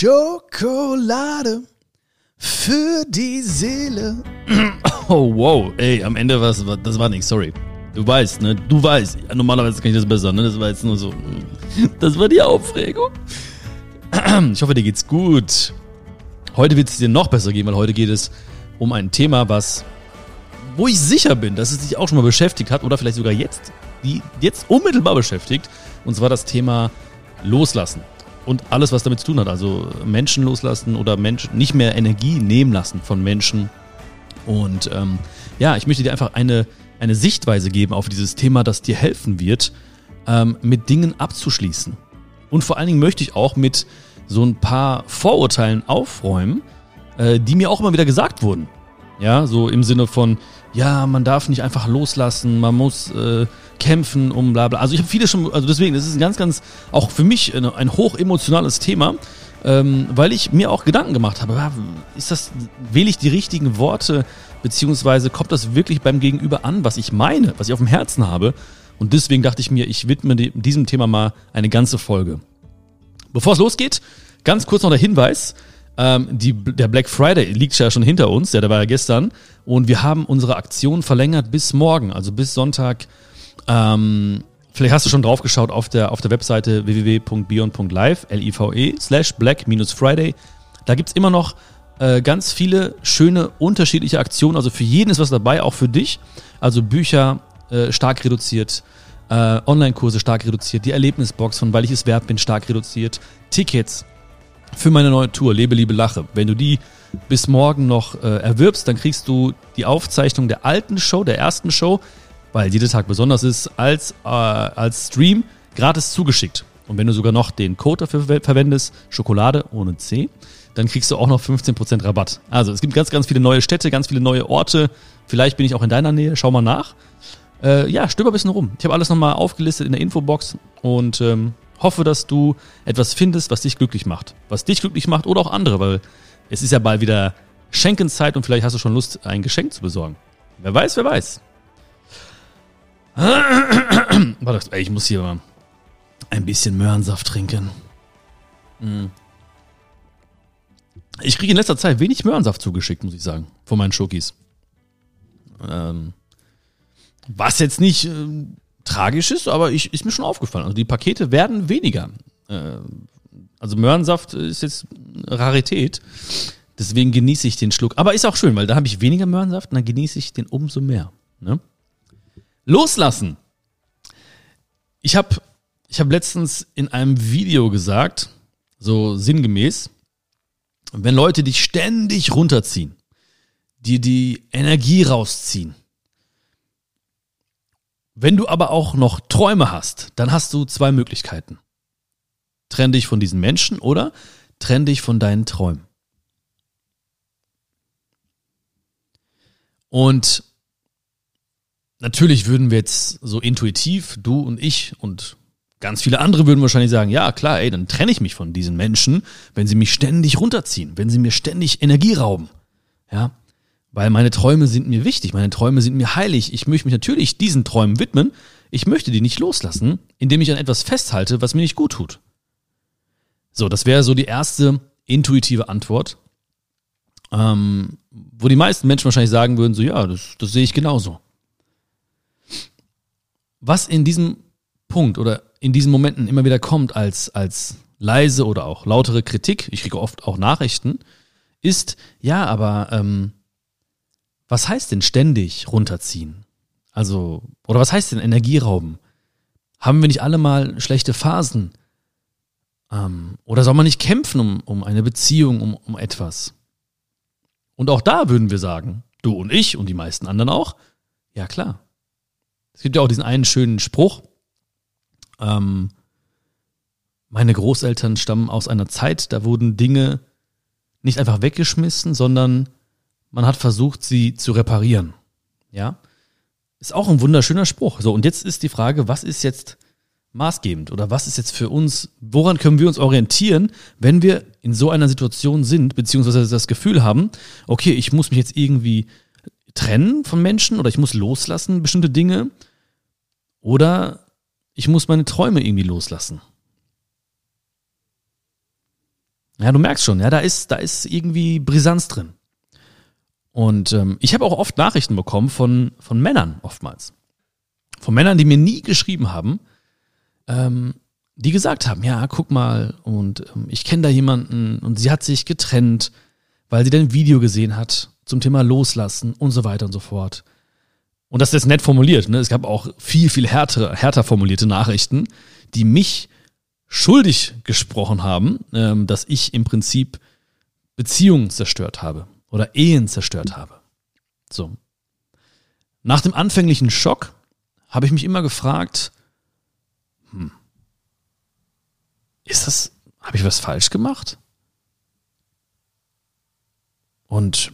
Schokolade für die Seele. Oh, wow, ey, am Ende das war nichts, sorry. Du weißt, ne? Du weißt. Normalerweise kann ich das besser, ne? Das war jetzt nur so. Das war die Aufregung. Ich hoffe, dir geht's gut. Heute wird es dir noch besser gehen, weil heute geht es um ein Thema, wo ich sicher bin, dass es dich auch schon mal beschäftigt hat oder vielleicht sogar jetzt unmittelbar beschäftigt. Und zwar das Thema Loslassen. Und alles, was damit zu tun hat. Also Menschen loslassen oder Menschen nicht mehr Energie nehmen lassen von Menschen. Und ich möchte dir einfach eine Sichtweise geben auf dieses Thema, das dir helfen wird, mit Dingen abzuschließen. Und vor allen Dingen möchte ich auch mit so ein paar Vorurteilen aufräumen, die mir auch immer wieder gesagt wurden. Ja, so im Sinne von, ja, man darf nicht einfach loslassen, man muss kämpfen um bla bla. Also ich habe viele schon, also deswegen, das ist ein ganz, ganz, auch für mich ein hoch emotionales Thema, weil ich mir auch Gedanken gemacht habe, wähle ich die richtigen Worte, beziehungsweise kommt das wirklich beim Gegenüber an, was ich meine, was ich auf dem Herzen habe. Und deswegen dachte ich mir, ich widme diesem Thema mal eine ganze Folge. Bevor es losgeht, ganz kurz noch der Hinweis, der Black Friday liegt ja schon hinter uns, der war ja gestern, und wir haben unsere Aktion verlängert bis morgen, also bis Sonntag. Vielleicht hast du schon drauf geschaut auf der Webseite www.beyond.live, live/Black-Friday. Da gibt's immer noch ganz viele schöne unterschiedliche Aktionen, also für jeden ist was dabei, auch für dich. Also Bücher stark reduziert, Online-Kurse stark reduziert, die Erlebnisbox von Weil ich es wert bin stark reduziert, Tickets für meine neue Tour Lebe, Liebe, Lache. Wenn du die bis morgen noch erwirbst, dann kriegst du die Aufzeichnung der alten Show, der ersten Show, weil jeder Tag besonders ist, als Stream gratis zugeschickt. Und wenn du sogar noch den Code dafür verwendest, Schokolade ohne C, dann kriegst du auch noch 15% Rabatt. Also es gibt ganz, ganz viele neue Städte, ganz viele neue Orte. Vielleicht bin ich auch in deiner Nähe, schau mal nach. Stöber ein bisschen rum. Ich habe alles nochmal aufgelistet in der Infobox und hoffe, dass du etwas findest, was dich glücklich macht. Was dich glücklich macht oder auch andere, weil es ist ja bald wieder Schenkenzeit und vielleicht hast du schon Lust, ein Geschenk zu besorgen. Wer weiß, wer weiß. Warte, ich muss hier mal ein bisschen Möhrensaft trinken. Ich kriege in letzter Zeit wenig Möhrensaft zugeschickt, muss ich sagen, von meinen Schokis. Was jetzt nicht tragisch ist, aber ist mir schon aufgefallen. Also die Pakete werden weniger. Also Möhrensaft ist jetzt Rarität. Deswegen genieße ich den Schluck. Aber ist auch schön, weil da habe ich weniger Möhrensaft und dann genieße ich den umso mehr. Ne? Loslassen. Ich hab letztens in einem Video gesagt, so sinngemäß, wenn Leute dich ständig runterziehen, dir die Energie rausziehen, wenn du aber auch noch Träume hast, dann hast du zwei Möglichkeiten. Trenn dich von diesen Menschen oder trenn dich von deinen Träumen. Und natürlich würden wir jetzt so intuitiv, du und ich und ganz viele andere würden wahrscheinlich sagen, ja klar, ey, dann trenne ich mich von diesen Menschen, wenn sie mich ständig runterziehen, wenn sie mir ständig Energie rauben. Ja, weil meine Träume sind mir wichtig, meine Träume sind mir heilig. Ich möchte mich natürlich diesen Träumen widmen. Ich möchte die nicht loslassen, indem ich an etwas festhalte, was mir nicht gut tut. So, das wäre so die erste intuitive Antwort, wo die meisten Menschen wahrscheinlich sagen würden, so ja, das sehe ich genauso. Was in diesem Punkt oder in diesen Momenten immer wieder kommt als leise oder auch lautere Kritik, ich kriege oft auch Nachrichten, ist, ja, aber was heißt denn ständig runterziehen? Also, oder was heißt denn Energie rauben? Haben wir nicht alle mal schlechte Phasen? Oder soll man nicht kämpfen um eine Beziehung, um etwas? Und auch da würden wir sagen, du und ich und die meisten anderen auch, ja klar. Es gibt ja auch diesen einen schönen Spruch, meine Großeltern stammen aus einer Zeit, da wurden Dinge nicht einfach weggeschmissen, sondern man hat versucht, sie zu reparieren. Ja, ist auch ein wunderschöner Spruch. So, und jetzt ist die Frage, was ist jetzt maßgebend oder was ist jetzt für uns, woran können wir uns orientieren, wenn wir in so einer Situation sind, beziehungsweise das Gefühl haben, okay, ich muss mich jetzt irgendwie trennen von Menschen oder ich muss loslassen, bestimmte Dinge, oder ich muss meine Träume irgendwie loslassen. Ja, du merkst schon, ja, da ist irgendwie Brisanz drin. Und ich habe auch oft Nachrichten bekommen von Männern oftmals. Von Männern, die mir nie geschrieben haben, die gesagt haben, ja, guck mal, und ich kenne da jemanden und sie hat sich getrennt, weil sie dein Video gesehen hat zum Thema Loslassen und so weiter und so fort. Und das ist jetzt nett formuliert, ne? Es gab auch viel härter formulierte Nachrichten, die mich schuldig gesprochen haben, dass ich im Prinzip Beziehungen zerstört habe oder Ehen zerstört habe. So. Nach dem anfänglichen Schock habe ich mich immer gefragt, habe ich was falsch gemacht? Und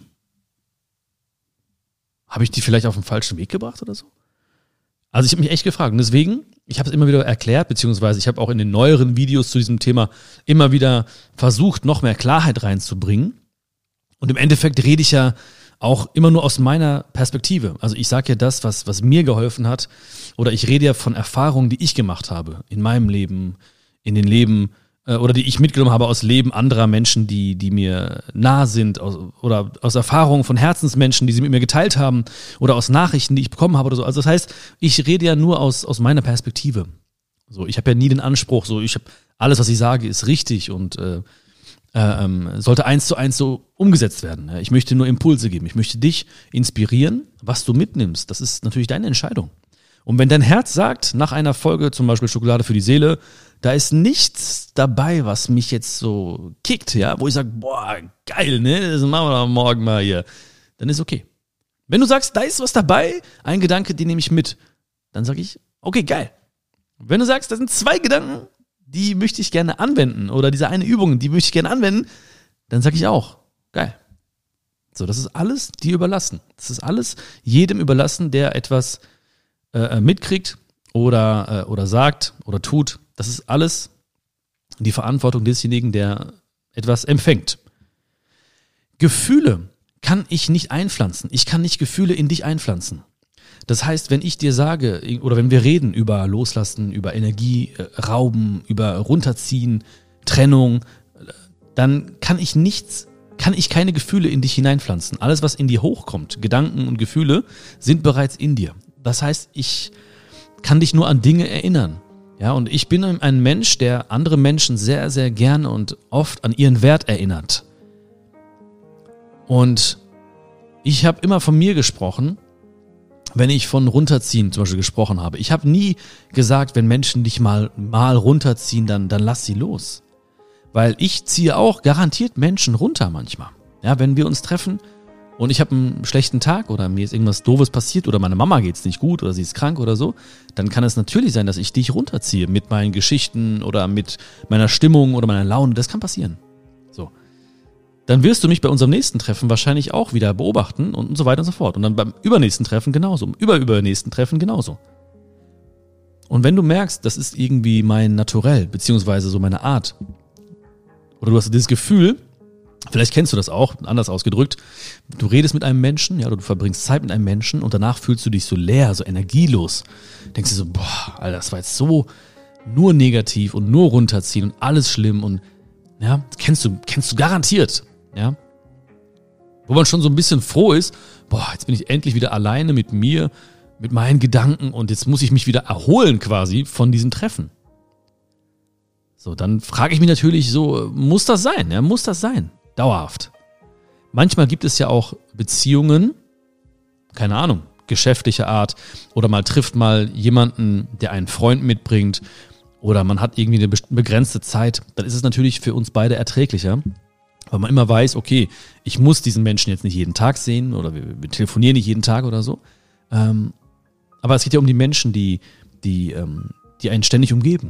habe ich die vielleicht auf den falschen Weg gebracht oder so? Also ich habe mich echt gefragt und deswegen, ich habe es immer wieder erklärt, beziehungsweise ich habe auch in den neueren Videos zu diesem Thema immer wieder versucht, noch mehr Klarheit reinzubringen. Und im Endeffekt rede ich ja auch immer nur aus meiner Perspektive. Also ich sage ja das, was mir geholfen hat, oder ich rede ja von Erfahrungen, die ich gemacht habe in meinem Leben, in den Leben oder die ich mitgenommen habe aus Leben anderer Menschen, die mir nah sind, oder aus Erfahrungen von Herzensmenschen, die sie mit mir geteilt haben, oder aus Nachrichten, die ich bekommen habe oder so. Also das heißt, ich rede ja nur aus meiner Perspektive. So, ich habe ja nie den Anspruch, so ich habe alles, was ich sage, ist richtig und sollte 1:1 so umgesetzt werden. Ich möchte nur Impulse geben. Ich möchte dich inspirieren, was du mitnimmst. Das ist natürlich deine Entscheidung. Und wenn dein Herz sagt, nach einer Folge, zum Beispiel Schokolade für die Seele, da ist nichts dabei, was mich jetzt so kickt, ja, wo ich sage, boah, geil, ne, das machen wir doch morgen mal hier, dann ist okay. Wenn du sagst, da ist was dabei, ein Gedanke, den nehme ich mit, dann sage ich, okay, geil. Wenn du sagst, da sind 2 Gedanken, die möchte ich gerne anwenden, oder diese eine Übung, die möchte ich gerne anwenden, dann sage ich auch, geil. So, das ist alles dir überlassen. Das ist alles jedem überlassen, der etwas mitkriegt oder sagt oder tut. Das ist alles die Verantwortung desjenigen, der etwas empfängt. Gefühle kann ich nicht einpflanzen. Ich kann nicht Gefühle in dich einpflanzen. Das heißt, wenn ich dir sage, oder wenn wir reden über Loslassen, über Energie, Rauben, über Runterziehen, Trennung, dann kann ich keine Gefühle in dich hineinpflanzen. Alles, was in dir hochkommt, Gedanken und Gefühle, sind bereits in dir. Das heißt, ich kann dich nur an Dinge erinnern. Ja, und ich bin ein Mensch, der andere Menschen sehr, sehr gerne und oft an ihren Wert erinnert. Und ich habe immer von mir gesprochen, wenn ich von runterziehen zum Beispiel gesprochen habe. Ich habe nie gesagt, wenn Menschen dich mal runterziehen, dann lass sie los. Weil ich ziehe auch garantiert Menschen runter manchmal. Ja, wenn wir uns treffen und ich habe einen schlechten Tag oder mir ist irgendwas Doofes passiert oder meine Mama geht's nicht gut oder sie ist krank oder so, dann kann es natürlich sein, dass ich dich runterziehe mit meinen Geschichten oder mit meiner Stimmung oder meiner Laune. Das kann passieren. So. Dann wirst du mich bei unserem nächsten Treffen wahrscheinlich auch wieder beobachten und so weiter und so fort. Und dann beim übernächsten Treffen genauso, übernächsten Treffen genauso. Und wenn du merkst, das ist irgendwie mein Naturell, beziehungsweise so meine Art, oder du hast dieses Gefühl, vielleicht kennst du das auch, anders ausgedrückt, du redest mit einem Menschen, ja, oder du verbringst Zeit mit einem Menschen und danach fühlst du dich so leer, so energielos. Denkst du so, boah, Alter, das war jetzt so nur negativ und nur runterziehen und alles schlimm und ja, kennst du garantiert, ja. Wo man schon so ein bisschen froh ist, boah, jetzt bin ich endlich wieder alleine mit mir, mit meinen Gedanken und jetzt muss ich mich wieder erholen quasi von diesem Treffen. So, dann frage ich mich natürlich so, muss das sein? Ja, muss das sein? Dauerhaft. Manchmal gibt es ja auch Beziehungen, keine Ahnung, geschäftlicher Art oder man trifft mal jemanden, der einen Freund mitbringt oder man hat irgendwie eine begrenzte Zeit, dann ist es natürlich für uns beide erträglicher, weil man immer weiß, okay, ich muss diesen Menschen jetzt nicht jeden Tag sehen oder wir telefonieren nicht jeden Tag oder so. Aber es geht ja um die Menschen, die einen ständig umgeben.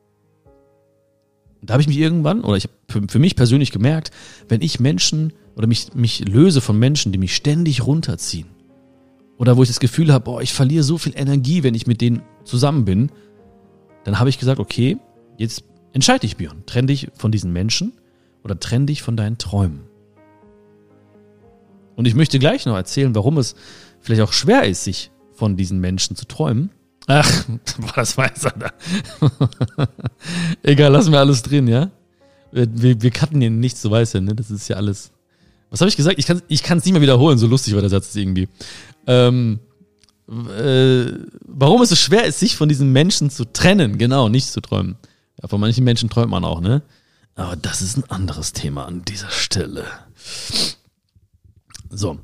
Da habe ich mich irgendwann, oder ich habe für mich persönlich gemerkt, wenn ich Menschen oder mich löse von Menschen, die mich ständig runterziehen oder wo ich das Gefühl habe, boah, ich verliere so viel Energie, wenn ich mit denen zusammen bin, dann habe ich gesagt, okay, jetzt entscheide dich, Björn, trenn dich von diesen Menschen oder trenn dich von deinen Träumen. Und ich möchte gleich noch erzählen, warum es vielleicht auch schwer ist, sich von diesen Menschen zu träumen. Ach, das weiß er da. Egal, lassen wir alles drin, ja? Wir cutten hier nichts, du weißt ja, ne? Das ist ja alles. Was habe ich gesagt? Ich kann es nicht mehr wiederholen, so lustig war der Satz irgendwie. Warum es so schwer ist, sich von diesen Menschen zu trennen, genau, nicht zu träumen. Ja, von manchen Menschen träumt man auch, ne? Aber das ist ein anderes Thema an dieser Stelle. So.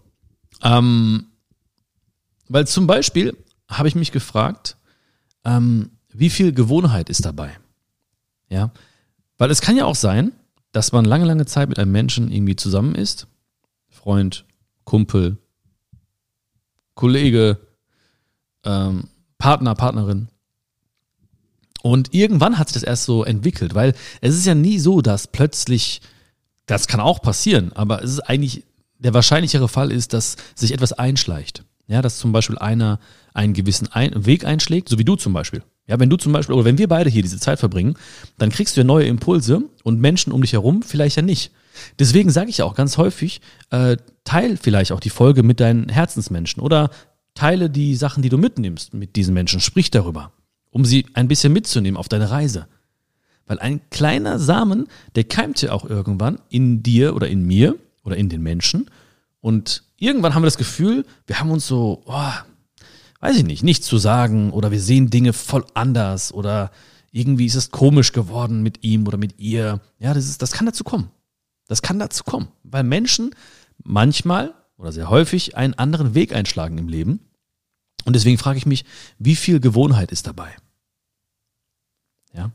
Weil zum Beispiel habe ich mich gefragt, wie viel Gewohnheit ist dabei? Ja, weil es kann ja auch sein, dass man lange, lange Zeit mit einem Menschen irgendwie zusammen ist. Freund, Kumpel, Kollege, Partner, Partnerin. Und irgendwann hat sich das erst so entwickelt, weil es ist ja nie so, dass plötzlich, das kann auch passieren, aber es ist eigentlich, der wahrscheinlichere Fall ist, dass sich etwas einschleicht. Ja, dass zum Beispiel einer einen gewissen Weg einschlägt, so wie du zum Beispiel. Ja, wenn du zum Beispiel, oder wenn wir beide hier diese Zeit verbringen, dann kriegst du ja neue Impulse und Menschen um dich herum vielleicht ja nicht. Deswegen sage ich ja auch ganz häufig, teil vielleicht auch die Folge mit deinen Herzensmenschen oder teile die Sachen, die du mitnimmst mit diesen Menschen, sprich darüber, um sie ein bisschen mitzunehmen auf deine Reise. Weil ein kleiner Samen, der keimt ja auch irgendwann in dir oder in mir oder in den Menschen und irgendwann haben wir das Gefühl, wir haben uns so, weiß ich nicht, nichts zu sagen oder wir sehen Dinge voll anders oder irgendwie ist es komisch geworden mit ihm oder mit ihr. Ja, das kann dazu kommen. Das kann dazu kommen, weil Menschen manchmal oder sehr häufig einen anderen Weg einschlagen im Leben. Und deswegen frage ich mich, wie viel Gewohnheit ist dabei? Ja.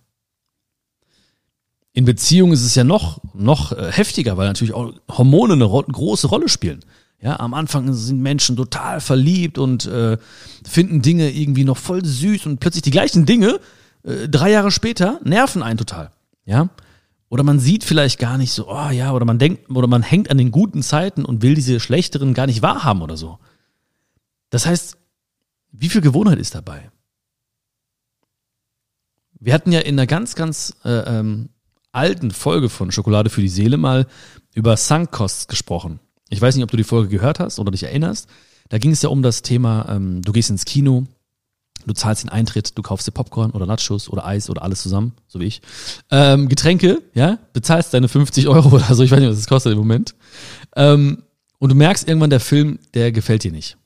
In Beziehungen ist es ja noch heftiger, weil natürlich auch Hormone eine große Rolle spielen. Ja, am Anfang sind Menschen total verliebt und finden Dinge irgendwie noch voll süß und plötzlich die gleichen Dinge 3 Jahre später nerven einen total. Ja. Oder man sieht vielleicht gar nicht so, oder man denkt, oder man hängt an den guten Zeiten und will diese schlechteren gar nicht wahrhaben oder so. Das heißt, wie viel Gewohnheit ist dabei? Wir hatten ja in einer ganz, ganz alten Folge von Schokolade für die Seele mal über Sunk Costs gesprochen. Ich weiß nicht, ob du die Folge gehört hast oder dich erinnerst. Da ging es ja um das Thema, du gehst ins Kino, du zahlst den Eintritt, du kaufst dir Popcorn oder Nachos oder Eis oder alles zusammen, so wie ich. Getränke, ja, bezahlst deine 50 € oder so, ich weiß nicht, was das kostet im Moment. Und du merkst irgendwann, der Film, der gefällt dir nicht.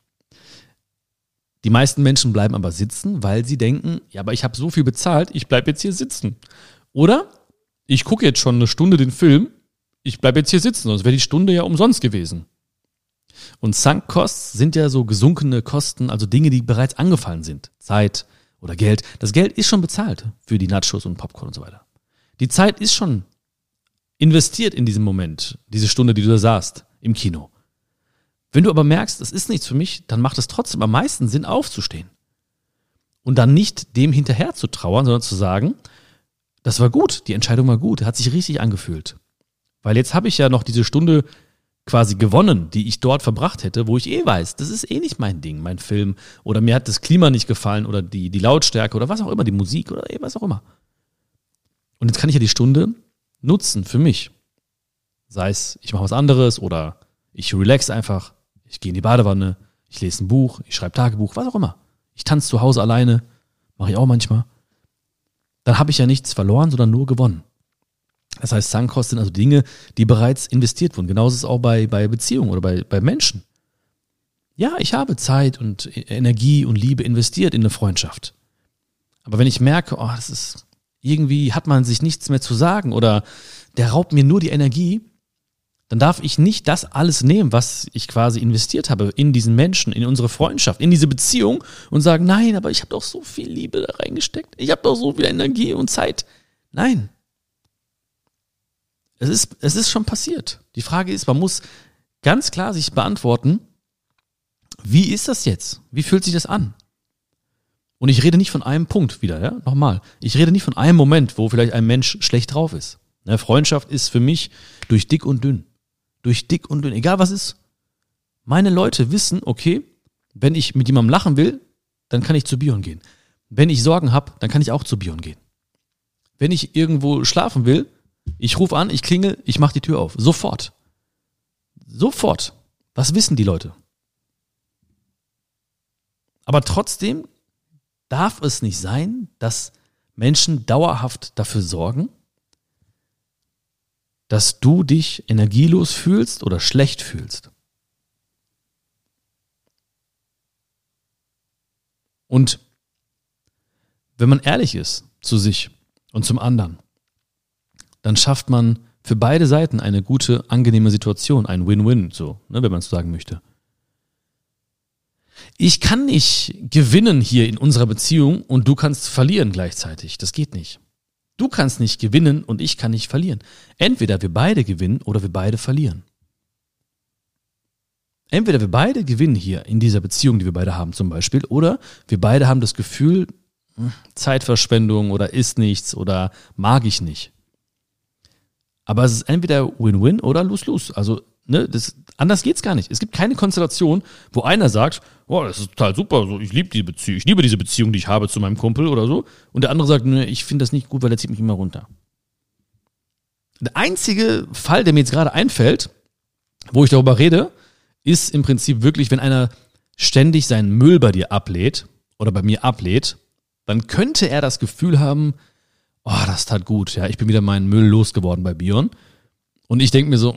Die meisten Menschen bleiben aber sitzen, weil sie denken, ja, aber ich habe so viel bezahlt, ich bleib jetzt hier sitzen. Oder ich gucke jetzt schon 1 Stunde den Film, ich bleib jetzt hier sitzen, sonst wäre die Stunde ja umsonst gewesen. Und Sunk Costs sind ja so gesunkene Kosten, also Dinge, die bereits angefallen sind. Zeit oder Geld. Das Geld ist schon bezahlt für die Nachos und Popcorn und so weiter. Die Zeit ist schon investiert in diesem Moment, diese Stunde, die du da saßt im Kino. Wenn du aber merkst, das ist nichts für mich, dann macht es trotzdem am meisten Sinn, aufzustehen. Und dann nicht dem hinterher zu trauern, sondern zu sagen, das war gut, die Entscheidung war gut, hat sich richtig angefühlt. Weil jetzt habe ich ja noch diese Stunde quasi gewonnen, die ich dort verbracht hätte, wo ich weiß, das ist nicht mein Ding, mein Film. Oder mir hat das Klima nicht gefallen oder die Lautstärke oder was auch immer, die Musik oder was auch immer. Und jetzt kann ich ja die Stunde nutzen für mich. Sei es, ich mache was anderes oder ich relax einfach, ich gehe in die Badewanne, ich lese ein Buch, ich schreibe Tagebuch, was auch immer. Ich tanze zu Hause alleine, mache ich auch manchmal. Dann habe ich ja nichts verloren, sondern nur gewonnen. Das heißt, Sunk-Costs sind also Dinge, die bereits investiert wurden. Genauso ist es auch bei Beziehungen oder bei Menschen. Ja, ich habe Zeit und Energie und Liebe investiert in eine Freundschaft. Aber wenn ich merke, das ist irgendwie hat man sich nichts mehr zu sagen oder der raubt mir nur die Energie, dann darf ich nicht das alles nehmen, was ich quasi investiert habe in diesen Menschen, in unsere Freundschaft, in diese Beziehung und sagen, nein, aber ich habe doch so viel Liebe da reingesteckt. Ich habe doch so viel Energie und Zeit. Nein. Es ist schon passiert. Die Frage ist, man muss ganz klar sich beantworten, wie ist das jetzt? Wie fühlt sich das an? Und ich rede nicht von einem Punkt wieder, ja, nochmal. Ich rede nicht von einem Moment, wo vielleicht ein Mensch schlecht drauf ist. Eine Freundschaft ist für mich durch dick und dünn. Durch dick und dünn, egal was ist. Meine Leute wissen, okay, wenn ich mit jemandem lachen will, dann kann ich zu Bion gehen. Wenn ich Sorgen habe, dann kann ich auch zu Bion gehen. Wenn ich irgendwo schlafen will, ich rufe an, ich klingel, ich mache die Tür auf. Sofort. Sofort. Was wissen die Leute? Aber trotzdem darf es nicht sein, dass Menschen dauerhaft dafür sorgen, dass du dich energielos fühlst oder schlecht fühlst. Und wenn man ehrlich ist zu sich und zum anderen, dann schafft man für beide Seiten eine gute, angenehme Situation, ein Win-Win, so, wenn man es sagen möchte. Ich kann nicht gewinnen hier in unserer Beziehung und du kannst verlieren gleichzeitig. Das geht nicht. Du kannst nicht gewinnen und ich kann nicht verlieren. Entweder wir beide gewinnen oder wir beide verlieren. Entweder wir beide gewinnen hier in dieser Beziehung, die wir beide haben zum Beispiel, oder wir beide haben das Gefühl, Zeitverschwendung oder ist nichts oder mag ich nicht. Aber es ist entweder Win-Win oder Lose-Lose. Also anders geht's gar nicht. Es gibt keine Konstellation, wo einer sagt, oh, das ist total super, so, ich liebe diese Beziehung, die ich habe zu meinem Kumpel oder so. Und der andere sagt, nee, ich finde das nicht gut, weil er zieht mich immer runter. Der einzige Fall, der mir jetzt gerade einfällt, wo ich darüber rede, ist im Prinzip wirklich, wenn einer ständig seinen Müll bei dir ablädt oder bei mir ablädt, dann könnte er das Gefühl haben, oh, das tat gut, ja, ich bin wieder meinen Müll losgeworden bei Björn. Und ich denke mir so,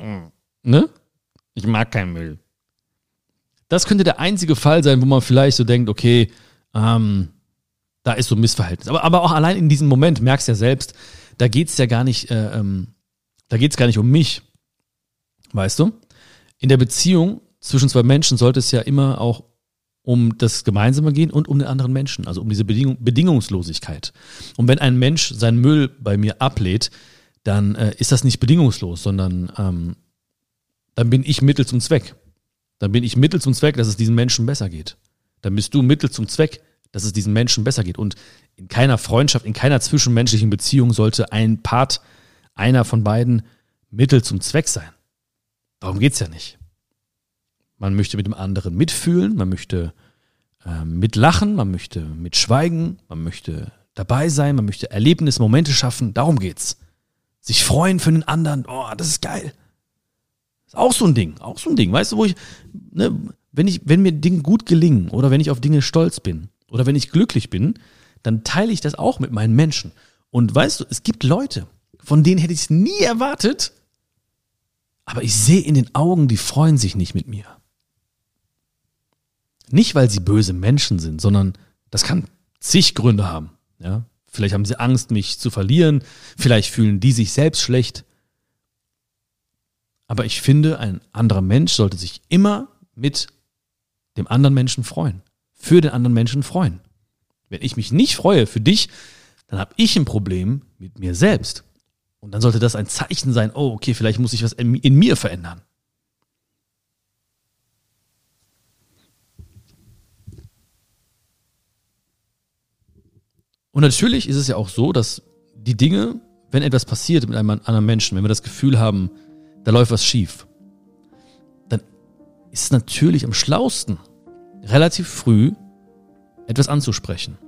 ich mag keinen Müll. Das könnte der einzige Fall sein, wo man vielleicht so denkt, okay, da ist so ein Missverhältnis. Aber auch allein in diesem Moment, merkst du ja selbst, da geht's ja gar nicht, da geht's gar nicht um mich. Weißt du? In der Beziehung zwischen zwei Menschen sollte es ja immer auch um das Gemeinsame gehen und um den anderen Menschen, also um diese Bedingungslosigkeit. Und wenn ein Mensch seinen Müll bei mir ablädt, dann ist das nicht bedingungslos, sondern dann bin ich Mittel zum Zweck. Dann bin ich Mittel zum Zweck, dass es diesen Menschen besser geht. Dann bist du Mittel zum Zweck, dass es diesen Menschen besser geht. Und in keiner Freundschaft, in keiner zwischenmenschlichen Beziehung sollte ein Part, einer von beiden, Mittel zum Zweck sein. Darum geht's ja nicht. Man möchte mit dem anderen mitfühlen, man möchte mitlachen, man möchte mitschweigen, man möchte dabei sein, man möchte Erlebnisse, Momente schaffen. Darum geht's. Sich freuen für den anderen. Oh, das ist geil. Ist auch so ein Ding. Weißt du, wo wenn mir Dinge gut gelingen oder wenn ich auf Dinge stolz bin oder wenn ich glücklich bin, dann teile ich das auch mit meinen Menschen. Und weißt du, es gibt Leute, von denen hätte ich es nie erwartet, aber ich sehe in den Augen, die freuen sich nicht mit mir. Nicht, weil sie böse Menschen sind, sondern das kann zig Gründe haben. Ja? Vielleicht haben sie Angst, mich zu verlieren. Vielleicht fühlen die sich selbst schlecht. Aber ich finde, ein anderer Mensch sollte sich immer mit dem anderen Menschen freuen. Für den anderen Menschen freuen. Wenn ich mich nicht freue für dich, dann habe ich ein Problem mit mir selbst. Und dann sollte das ein Zeichen sein, oh, okay, vielleicht muss ich was in mir verändern. Und natürlich ist es ja auch so, dass die Dinge, wenn etwas passiert mit einem anderen Menschen, wenn wir das Gefühl haben, da läuft was schief, dann ist es natürlich am schlausten, relativ früh etwas anzusprechen.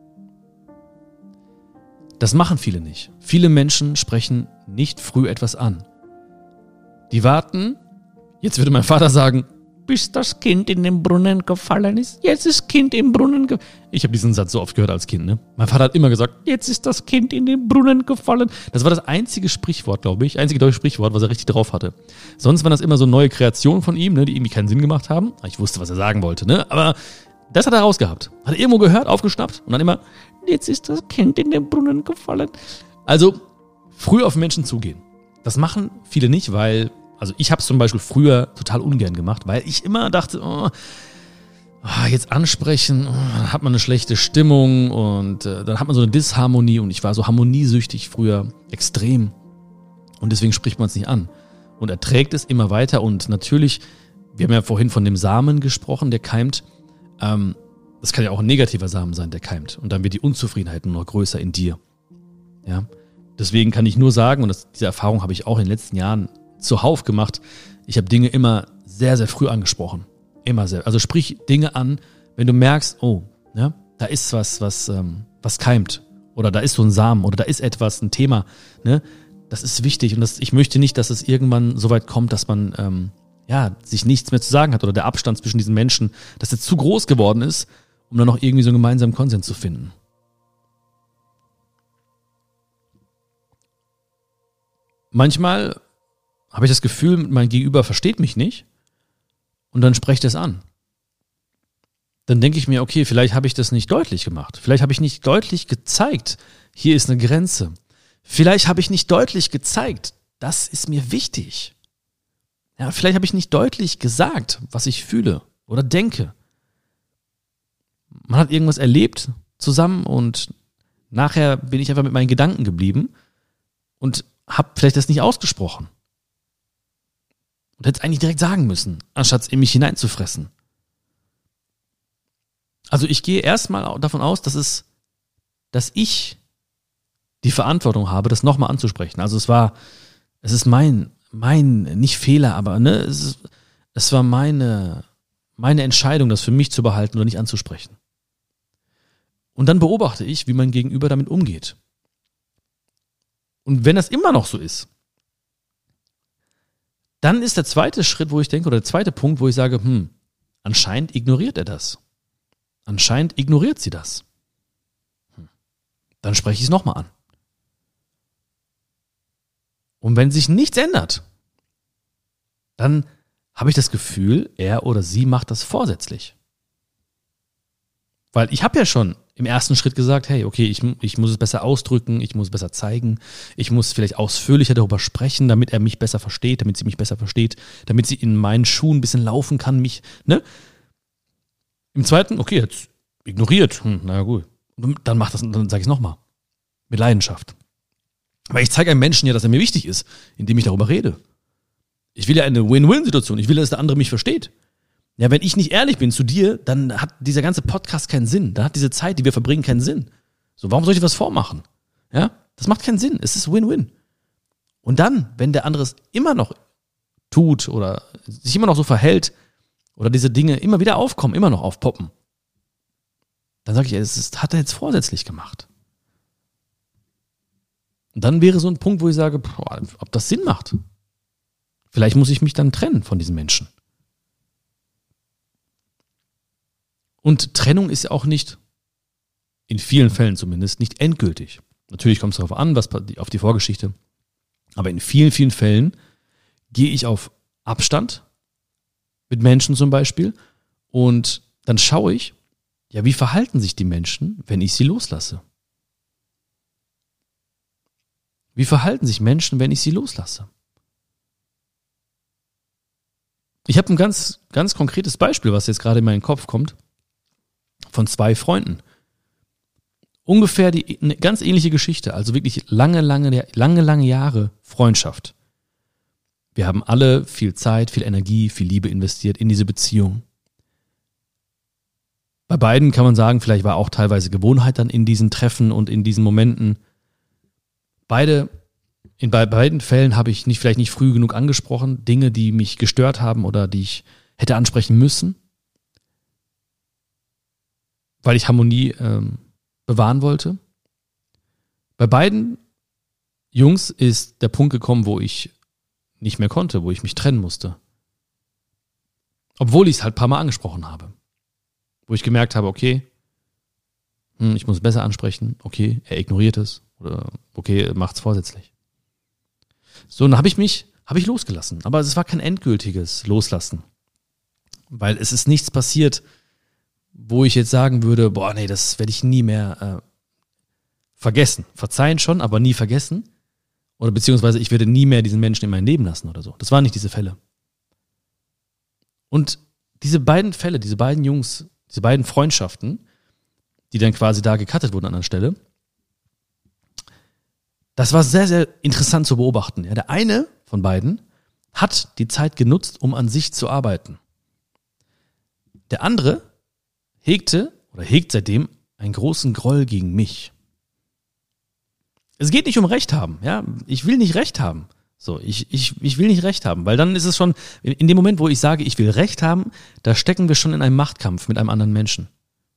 Das machen viele nicht. Viele Menschen sprechen nicht früh etwas an. Die warten, jetzt würde mein Vater sagen, bis das Kind in den Brunnen gefallen ist. Jetzt ist das Kind im Brunnen gefallen. Ich habe diesen Satz so oft gehört als Kind. Ne? Mein Vater hat immer gesagt, jetzt ist das Kind in den Brunnen gefallen. Das war das einzige Sprichwort, glaube ich, einzige deutsche Sprichwort, was er richtig drauf hatte. Sonst waren das immer so neue Kreationen von ihm, ne, die irgendwie keinen Sinn gemacht haben. Ich wusste, was er sagen wollte, ne? Aber das hat er rausgehabt. Hat er irgendwo gehört, aufgeschnappt und dann immer, jetzt ist das Kind in den Brunnen gefallen. Also früh auf Menschen zugehen. Das machen viele nicht, weil, also ich habe es zum Beispiel früher total ungern gemacht, weil ich immer dachte, jetzt ansprechen, dann hat man eine schlechte Stimmung und dann hat man so eine Disharmonie und ich war so harmoniesüchtig früher extrem und deswegen spricht man es nicht an und erträgt es immer weiter und natürlich, wir haben ja vorhin von dem Samen gesprochen, der keimt, das kann ja auch ein negativer Samen sein, der keimt und dann wird die Unzufriedenheit nur noch größer in dir. Ja, deswegen kann ich nur sagen, und diese Erfahrung habe ich auch in den letzten Jahren zuhauf gemacht, ich habe Dinge immer sehr, sehr früh angesprochen. Immer sehr. Also sprich Dinge an, wenn du merkst, oh, ja, da ist was keimt. Oder da ist so ein Samen oder da ist etwas, ein Thema. Ne? Das ist wichtig und ich möchte nicht, dass es irgendwann so weit kommt, dass man sich nichts mehr zu sagen hat oder der Abstand zwischen diesen Menschen, dass der zu groß geworden ist, um dann noch irgendwie so einen gemeinsamen Konsens zu finden. Manchmal habe ich das Gefühl, mein Gegenüber versteht mich nicht und dann spreche ich das an. Dann denke ich mir, okay, vielleicht habe ich das nicht deutlich gemacht. Vielleicht habe ich nicht deutlich gezeigt, hier ist eine Grenze. Vielleicht habe ich nicht deutlich gezeigt, das ist mir wichtig. Ja, vielleicht habe ich nicht deutlich gesagt, was ich fühle oder denke. Man hat irgendwas erlebt zusammen und nachher bin ich einfach mit meinen Gedanken geblieben und habe vielleicht das nicht ausgesprochen. Und hätte es eigentlich direkt sagen müssen, anstatt es in mich hineinzufressen. Also ich gehe erstmal davon aus, dass ich die Verantwortung habe, das nochmal anzusprechen. Also es ist mein nicht Fehler, aber ne, es war meine Entscheidung, das für mich zu behalten oder nicht anzusprechen. Und dann beobachte ich, wie mein Gegenüber damit umgeht. Und wenn das immer noch so ist, dann ist der zweite Schritt, wo ich denke, oder der zweite Punkt, wo ich sage, anscheinend ignoriert er das. Anscheinend ignoriert sie das. Dann spreche ich es nochmal an. Und wenn sich nichts ändert, dann habe ich das Gefühl, er oder sie macht das vorsätzlich. Weil ich habe ja schon im ersten Schritt gesagt, hey, okay, ich muss es besser ausdrücken, ich muss es besser zeigen, ich muss vielleicht ausführlicher darüber sprechen, damit er mich besser versteht, damit sie mich besser versteht, damit sie in meinen Schuhen ein bisschen laufen kann, mich, ne? Im zweiten, okay, jetzt ignoriert, na gut. Dann dann sage ich es nochmal. Mit Leidenschaft. Weil ich zeige einem Menschen ja, dass er mir wichtig ist, indem ich darüber rede. Ich will ja eine Win-Win-Situation. Ich will, dass der andere mich versteht. Ja, wenn ich nicht ehrlich bin zu dir, dann hat dieser ganze Podcast keinen Sinn. Dann hat diese Zeit, die wir verbringen, keinen Sinn. So, warum soll ich was vormachen? Ja, das macht keinen Sinn. Es ist Win-Win. Und dann, wenn der andere es immer noch tut oder sich immer noch so verhält oder diese Dinge immer wieder aufkommen, immer noch aufpoppen, dann sage ich, das hat er jetzt vorsätzlich gemacht. Und dann wäre so ein Punkt, wo ich sage, ob das Sinn macht. Vielleicht muss ich mich dann trennen von diesen Menschen. Und Trennung ist ja auch nicht, in vielen Fällen zumindest, nicht endgültig. Natürlich kommt es darauf an, auf die Vorgeschichte. Aber in vielen, vielen Fällen gehe ich auf Abstand mit Menschen zum Beispiel und dann schaue ich, ja, wie verhalten sich die Menschen, wenn ich sie loslasse? Wie verhalten sich Menschen, wenn ich sie loslasse? Ich habe ein ganz, ganz konkretes Beispiel, was jetzt gerade in meinen Kopf kommt, von 2 Freunden. Ungefähr eine ganz ähnliche Geschichte, also wirklich lange Jahre Freundschaft. Wir haben alle viel Zeit, viel Energie, viel Liebe investiert in diese Beziehung. Bei beiden kann man sagen, vielleicht war auch teilweise Gewohnheit dann in diesen Treffen und in diesen Momenten. Bei beiden Fällen habe ich vielleicht nicht früh genug angesprochen, Dinge, die mich gestört haben oder die ich hätte ansprechen müssen, weil ich Harmonie bewahren wollte. Bei beiden Jungs ist der Punkt gekommen, wo ich nicht mehr konnte, wo ich mich trennen musste. Obwohl ich es halt ein paar Mal angesprochen habe. Wo ich gemerkt habe, okay, ich muss es besser ansprechen, okay, er ignoriert es oder okay, er macht es vorsätzlich. So, dann habe ich losgelassen. Aber es war kein endgültiges Loslassen. Weil es ist nichts passiert, wo ich jetzt sagen würde, boah, nee, das werde ich nie mehr vergessen. Verzeihen schon, aber nie vergessen. Oder beziehungsweise ich werde nie mehr diesen Menschen in mein Leben lassen oder so. Das waren nicht diese Fälle. Und diese beiden Fälle, diese beiden Jungs, diese beiden Freundschaften, die dann quasi da gecuttet wurden an der Stelle, das war sehr, sehr interessant zu beobachten. Ja, der eine von beiden hat die Zeit genutzt, um an sich zu arbeiten. Der andere hegt seitdem einen großen Groll gegen mich. Es geht nicht um Recht haben, ja. Ich will nicht Recht haben. So, ich will nicht Recht haben, weil dann ist es schon, in dem Moment, wo ich sage, ich will Recht haben, da stecken wir schon in einem Machtkampf mit einem anderen Menschen.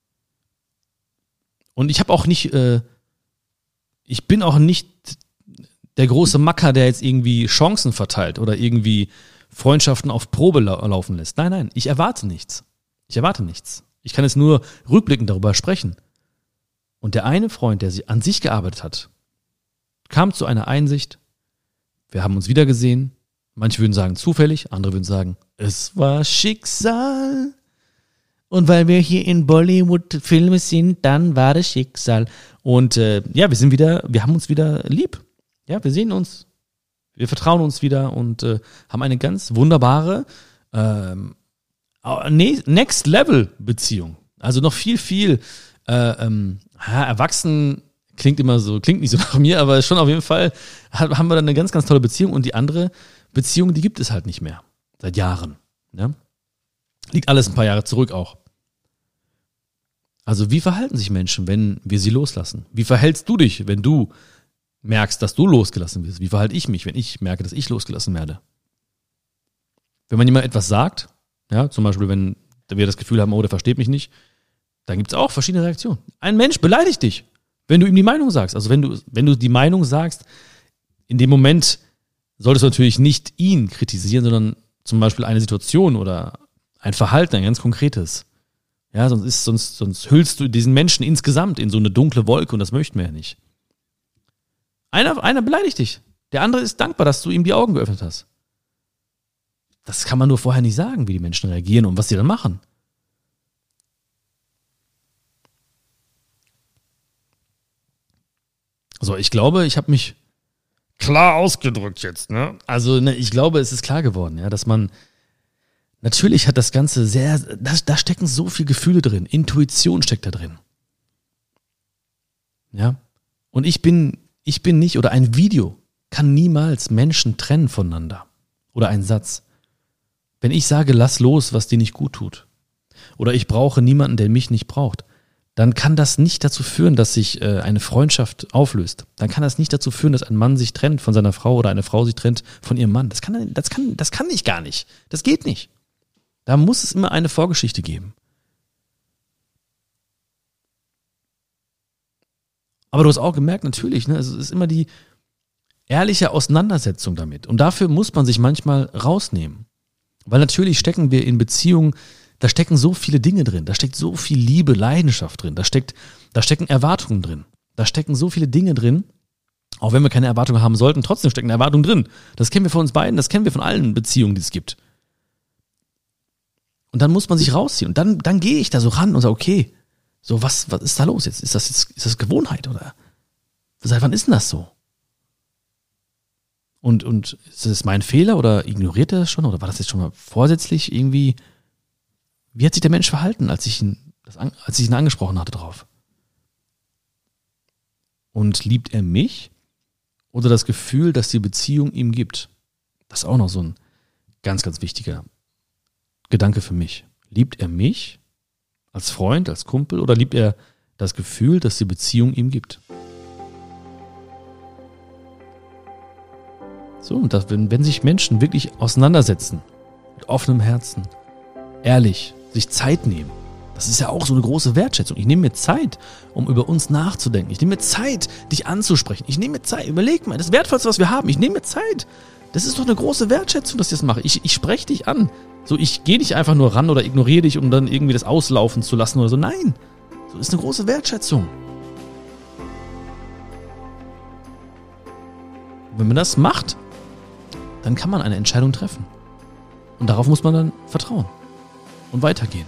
Und ich habe auch nicht, ich bin auch nicht der große Macker, der jetzt irgendwie Chancen verteilt oder irgendwie Freundschaften auf Probe laufen lässt. Nein, ich erwarte nichts. Ich kann jetzt nur rückblickend darüber sprechen. Und der eine Freund, der an sich gearbeitet hat, kam zu einer Einsicht, wir haben uns wieder gesehen, Manche würden sagen zufällig, andere würden sagen, es war Schicksal. Und weil wir hier in Bollywood-Filme sind, dann war das Schicksal. Und wir haben uns wieder lieb. Ja, wir sehen uns, wir vertrauen uns wieder und haben eine ganz wunderbare Next-Level-Beziehung. Also noch viel erwachsen klingt nicht so nach mir, aber schon auf jeden Fall haben wir dann eine ganz, ganz tolle Beziehung und die andere Beziehung, die gibt es halt nicht mehr. Seit Jahren. Ja? Liegt alles ein paar Jahre zurück auch. Also wie verhalten sich Menschen, wenn wir sie loslassen? Wie verhältst du dich, wenn du merkst, dass du losgelassen wirst? Wie verhalte ich mich, wenn ich merke, dass ich losgelassen werde? Wenn man jemand etwas sagt, ja, zum Beispiel, wenn wir das Gefühl haben, oh, der versteht mich nicht, dann gibt es auch verschiedene Reaktionen. Ein Mensch beleidigt dich, wenn du ihm die Meinung sagst. Also wenn du die Meinung sagst, in dem Moment solltest du natürlich nicht ihn kritisieren, sondern zum Beispiel eine Situation oder ein Verhalten, ein ganz konkretes. Ja, sonst hüllst du diesen Menschen insgesamt in so eine dunkle Wolke und das möchten wir ja nicht. Einer beleidigt dich. Der andere ist dankbar, dass du ihm die Augen geöffnet hast. Das kann man nur vorher nicht sagen, wie die Menschen reagieren und was sie dann machen. So, ich glaube, ich habe mich klar ausgedrückt jetzt, ne? Also, ich glaube, es ist klar geworden, ja, dass man natürlich hat das Ganze da stecken so viele Gefühle drin. Intuition steckt da drin. Ja. Und ich bin nicht, oder ein Video kann niemals Menschen trennen voneinander. Oder ein Satz. Wenn ich sage, lass los, was dir nicht gut tut. Oder ich brauche niemanden, der mich nicht braucht. Dann kann das nicht dazu führen, dass sich eine Freundschaft auflöst. Dann kann das nicht dazu führen, dass ein Mann sich trennt von seiner Frau oder eine Frau sich trennt von ihrem Mann. Das kann ich gar nicht. Das geht nicht. Da muss es immer eine Vorgeschichte geben. Aber du hast auch gemerkt, natürlich, ne, also es ist immer die ehrliche Auseinandersetzung damit. Und dafür muss man sich manchmal rausnehmen. Weil natürlich stecken wir in Beziehungen, da stecken so viele Dinge drin. Da steckt so viel Liebe, Leidenschaft drin. Da stecken Erwartungen drin. Da stecken so viele Dinge drin. Auch wenn wir keine Erwartungen haben sollten, trotzdem stecken Erwartungen drin. Das kennen wir von uns beiden, das kennen wir von allen Beziehungen, die es gibt. Und dann muss man sich rausziehen. Und dann gehe ich da so ran und sage, okay, so was ist da los jetzt? Ist das Gewohnheit oder seit wann ist denn das so? Und ist das mein Fehler oder ignoriert er das schon? Oder war das jetzt schon mal vorsätzlich irgendwie? Wie hat sich der Mensch verhalten, als ich ihn angesprochen hatte drauf? Und liebt er mich oder das Gefühl, das die Beziehung ihm gibt? Das ist auch noch so ein ganz, ganz wichtiger Gedanke für mich. Liebt er mich als Freund, als Kumpel oder liebt er das Gefühl, das die Beziehung ihm gibt? So, und wenn sich Menschen wirklich auseinandersetzen, mit offenem Herzen, ehrlich, sich Zeit nehmen, das ist ja auch so eine große Wertschätzung. Ich nehme mir Zeit, um über uns nachzudenken. Ich nehme mir Zeit, dich anzusprechen. Ich nehme mir Zeit, überleg mal, das Wertvollste, was wir haben. Ich nehme mir Zeit. Das ist doch eine große Wertschätzung, dass ich das mache. Ich spreche dich an. So, ich gehe nicht einfach nur ran oder ignoriere dich, um dann irgendwie das auslaufen zu lassen oder so. Nein, so ist eine große Wertschätzung. Und wenn man das macht, dann kann man eine Entscheidung treffen. Und darauf muss man dann vertrauen und weitergehen.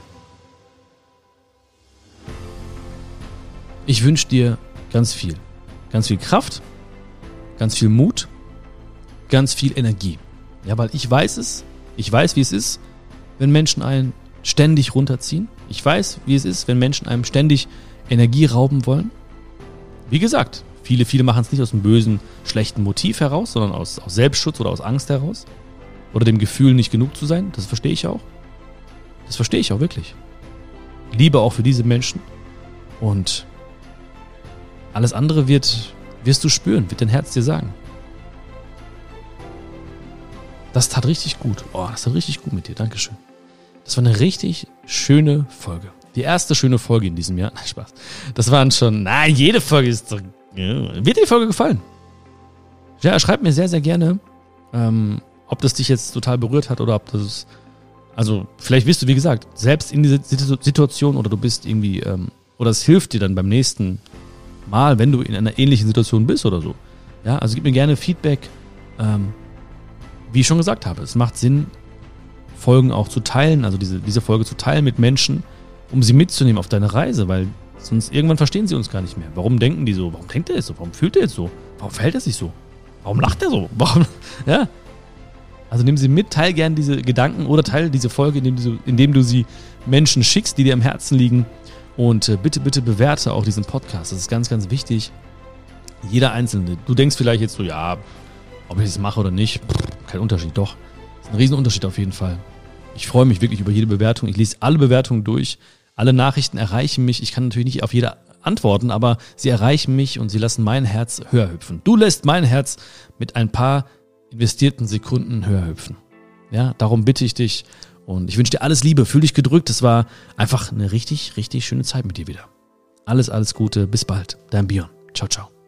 Ich wünsche dir ganz viel Kraft, ganz viel Mut, ganz viel Energie. Ja, weil ich weiß, wie es ist, wenn Menschen einen ständig runterziehen. Ich weiß, wie es ist, wenn Menschen einem ständig Energie rauben wollen. Wie gesagt, viele machen es nicht aus einem bösen, schlechten Motiv heraus, sondern aus Selbstschutz oder aus Angst heraus. Oder dem Gefühl, nicht genug zu sein. Das verstehe ich auch. Das verstehe ich auch wirklich. Liebe auch für diese Menschen. Und alles andere wirst du spüren, wird dein Herz dir sagen. Das tat richtig gut. Oh, das tat richtig gut mit dir. Dankeschön. Das war eine richtig schöne Folge. Die erste schöne Folge in diesem Jahr. Nein, Spaß. Das waren schon... Nein, jede Folge ist doch... Ja. Wird dir die Folge gefallen? Ja, schreib mir sehr, sehr gerne, ob das dich jetzt total berührt hat oder ob das... Also, vielleicht bist du, wie gesagt, selbst in dieser Situation oder du bist irgendwie... oder es hilft dir dann beim nächsten Mal, wenn du in einer ähnlichen Situation bist oder so. Ja, also gib mir gerne Feedback, wie ich schon gesagt habe, es macht Sinn, Folgen auch zu teilen, also diese Folge zu teilen mit Menschen, um sie mitzunehmen auf deine Reise, weil sonst irgendwann verstehen sie uns gar nicht mehr. Warum denken die so? Warum denkt er jetzt so? Warum fühlt er jetzt so? Warum verhält er sich so? Warum lacht er so? Warum? Ja. Also nimm sie mit, teil gern diese Gedanken oder teile diese Folge, indem du sie Menschen schickst, die dir am Herzen liegen. Und bitte bewerte auch diesen Podcast. Das ist ganz, ganz wichtig. Jeder Einzelne. Du denkst vielleicht jetzt so, ja, ob ich das mache oder nicht, kein Unterschied. Doch, das ist ein Riesenunterschied auf jeden Fall. Ich freue mich wirklich über jede Bewertung. Ich lese alle Bewertungen durch. Alle Nachrichten erreichen mich. Ich kann natürlich nicht auf jede antworten, aber sie erreichen mich und sie lassen mein Herz höher hüpfen. Du lässt mein Herz mit ein paar investierten Sekunden höher hüpfen. Ja, darum bitte ich dich und ich wünsche dir alles Liebe. Fühl dich gedrückt. Es war einfach eine richtig, richtig schöne Zeit mit dir wieder. Alles Gute. Bis bald. Dein Björn. Ciao, ciao.